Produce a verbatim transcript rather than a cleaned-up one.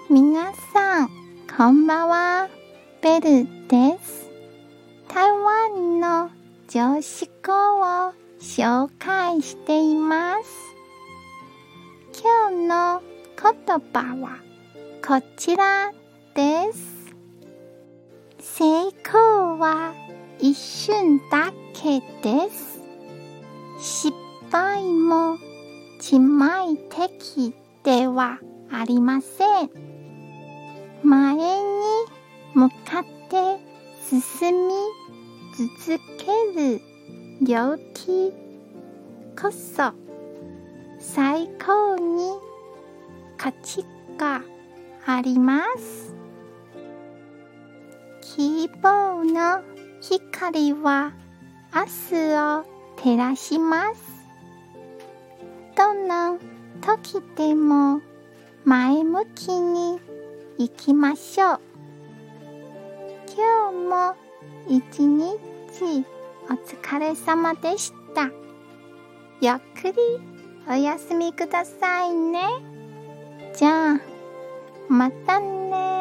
皆さん、こんばんは。ベルです。台湾の常識語を紹介しています。今日の言葉はこちらです。成功は一瞬だけです。失敗も致命的ではありません。前に向かって進み続ける勇気こそ最高に価値があります。希望の光は明日を照らします。どんな時でも前向きに行きましょう。今日も一日お疲れ様でした。ゆっくりお休みくださいね。じゃあ、またね。